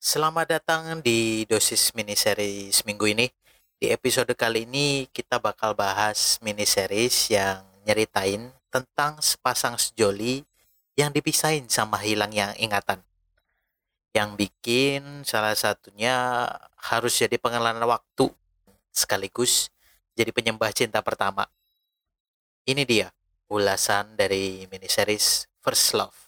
Selamat datang di dosis miniseries minggu ini. Di episode kali ini kita bakal bahas miniseries yang nyeritain tentang sepasang sejoli yang dipisahin sama hilangnya ingatan. Yang bikin salah satunya harus jadi pengenalan waktu sekaligus jadi penyembah cinta pertama. Ini dia ulasan dari miniseries First Love.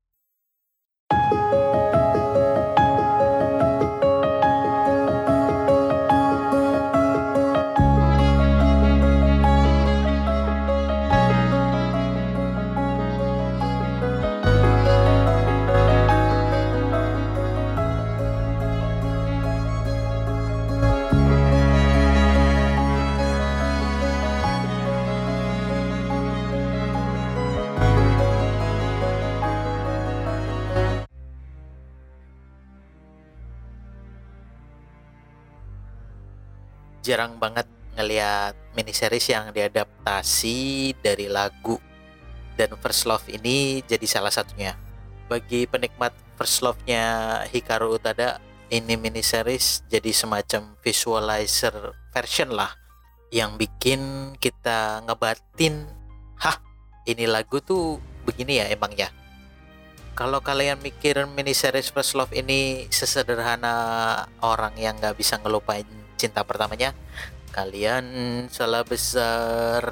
Jarang banget ngelihat miniseries yang diadaptasi dari lagu, dan First Love ini jadi salah satunya. Bagi penikmat First Love-nya Hikaru Utada, ini miniseries jadi semacam visualizer version lah, yang bikin kita ngebatin, hah, ini lagu tuh begini ya emang ya. Kalau kalian mikir miniseries First Love ini sesederhana orang yang gak bisa ngelupain cinta pertamanya, kalian salah besar.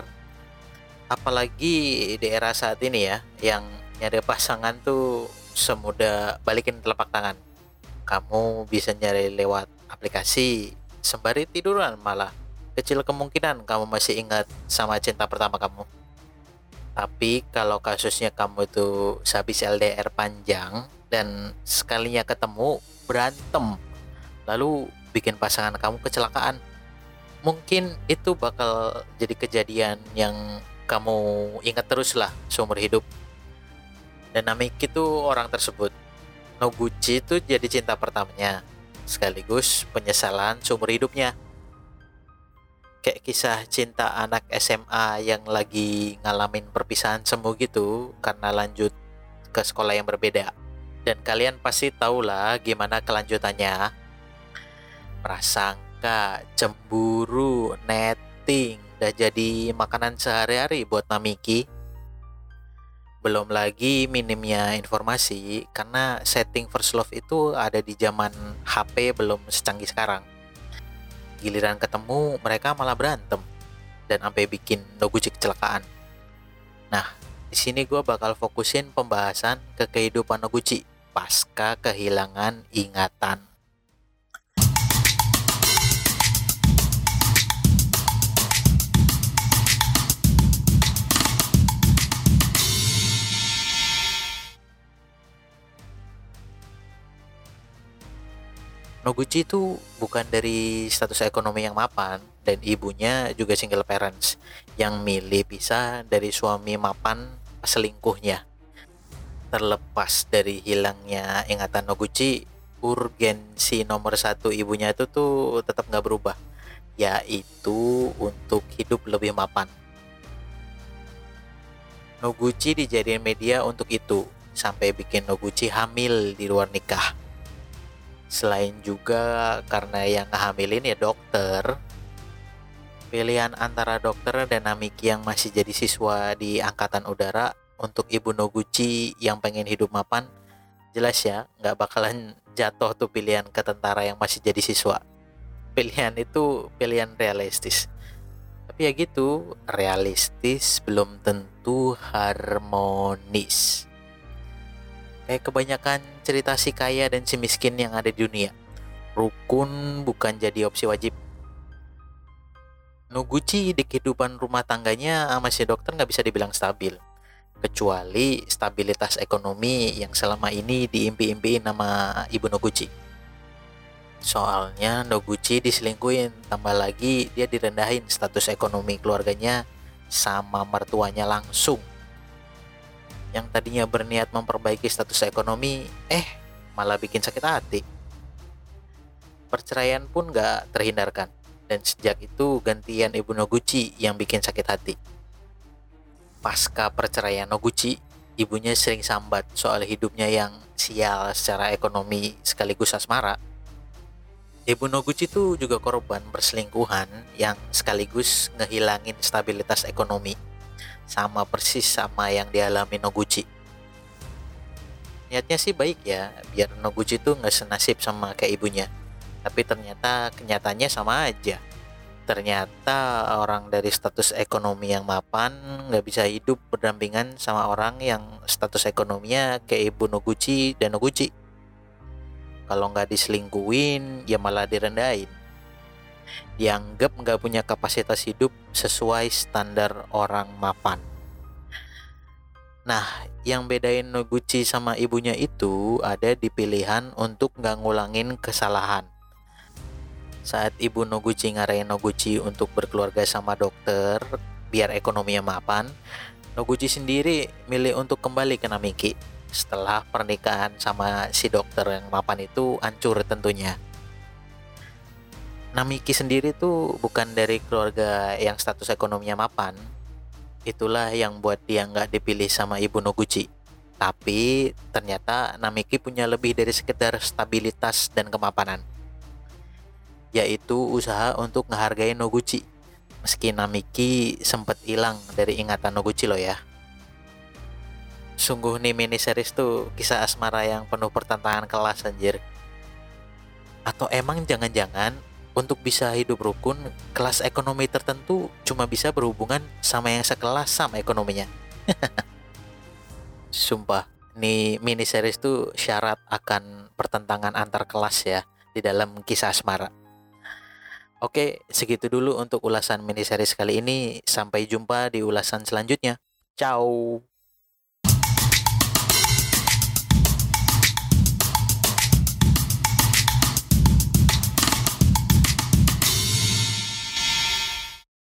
Apalagi di era saat ini ya, yang nyari pasangan tuh semudah balikin telapak tangan. Kamu bisa nyari lewat aplikasi sembari tiduran malah. Kecil kemungkinan kamu masih ingat sama cinta pertama kamu. Tapi kalau kasusnya kamu tuh sehabis LDR panjang dan sekalinya ketemu berantem, lalu bikin pasangan kamu kecelakaan, mungkin itu bakal jadi kejadian yang kamu ingat terus lah seumur hidup. Dan Namiki tuh orang tersebut. Noguchi itu jadi cinta pertamanya, sekaligus penyesalan seumur hidupnya. Kayak kisah cinta anak SMA yang lagi ngalamin perpisahan semu gitu karena lanjut ke sekolah yang berbeda. Dan kalian pasti tahu lah gimana kelanjutannya. Prasangka, cemburu, netting udah jadi makanan sehari-hari buat Namiki. Belum lagi minimnya informasi karena setting First Love itu ada di zaman HP belum secanggih sekarang. Giliran ketemu mereka malah berantem dan sampai bikin Noguchi kecelakaan. Nah, di sini gue bakal fokusin pembahasan ke kehidupan Noguchi pasca kehilangan ingatan. Noguchi itu bukan dari status ekonomi yang mapan, dan ibunya juga single parents yang milih pisah dari suami mapan selingkuhnya. Terlepas dari hilangnya ingatan Noguchi, urgensi nomor satu ibunya itu tuh tetap nggak berubah, yaitu untuk hidup lebih mapan. Noguchi dijadiin media untuk itu, sampai bikin Noguchi hamil di luar nikah. Selain juga karena yang ngehamilin ya dokter, pilihan antara dokter dan Namiki yang masih jadi siswa di Angkatan Udara untuk ibu Noguchi yang pengen hidup mapan, jelas ya nggak bakalan jatuh tuh pilihan ke tentara yang masih jadi siswa. Pilihan itu pilihan realistis. Tapi ya gitu, realistis belum tentu harmonis. Kayak kebanyakan cerita si kaya dan si miskin yang ada di dunia, rukun bukan jadi opsi wajib. Noguchi di kehidupan rumah tangganya sama si dokter nggak bisa dibilang stabil, kecuali stabilitas ekonomi yang selama ini diimpi-impiin sama ibu Noguchi. Soalnya Noguchi diselingkuhin, tambah lagi dia direndahin status ekonomi keluarganya sama mertuanya langsung. Yang tadinya berniat memperbaiki status ekonomi, malah bikin sakit hati. Perceraian pun gak terhindarkan, dan sejak itu gantian ibu Noguchi yang bikin sakit hati. Pasca perceraian Noguchi, ibunya sering sambat soal hidupnya yang sial secara ekonomi sekaligus asmara, Ibu Noguchi tuh juga korban perselingkuhan yang sekaligus ngehilangin stabilitas ekonomi. Sama persis sama yang dialami Noguchi. Niatnya sih baik ya, biar Noguchi tuh nggak senasib sama kayak ibunya. Tapi ternyata kenyataannya sama aja. Ternyata orang dari status ekonomi yang mapan nggak bisa hidup berdampingan sama orang yang status ekonominya kayak ibu Noguchi dan Noguchi. Kalau nggak diselingkuhin, ya malah direndahin. Dianggap nggak punya kapasitas hidup sesuai standar orang mapan. Nah, yang bedain Noguchi sama ibunya itu ada di pilihan untuk nggak ngulangin kesalahan. Saat ibu Noguchi ngarahin Noguchi untuk berkeluarga sama dokter biar ekonominya mapan, Noguchi sendiri milih untuk kembali ke Namiki setelah pernikahan sama si dokter yang mapan itu hancur tentunya. Namiki sendiri tuh bukan dari keluarga yang status ekonominya mapan. Itulah yang buat dia nggak dipilih sama ibu Noguchi. Tapi ternyata Namiki punya lebih dari sekedar stabilitas dan kemapanan, yaitu usaha untuk ngehargai Noguchi. Meski Namiki sempat hilang dari ingatan Noguchi loh ya. Sungguh nih mini series tuh kisah asmara yang penuh pertentangan kelas anjir. Atau emang jangan-jangan untuk bisa hidup rukun, kelas ekonomi tertentu cuma bisa berhubungan sama yang sekelas sama ekonominya. Sumpah, nih mini series tuh syarat akan pertentangan antar kelas ya di dalam kisah asmara. Oke, segitu dulu untuk ulasan mini series kali ini. Sampai jumpa di ulasan selanjutnya. Ciao.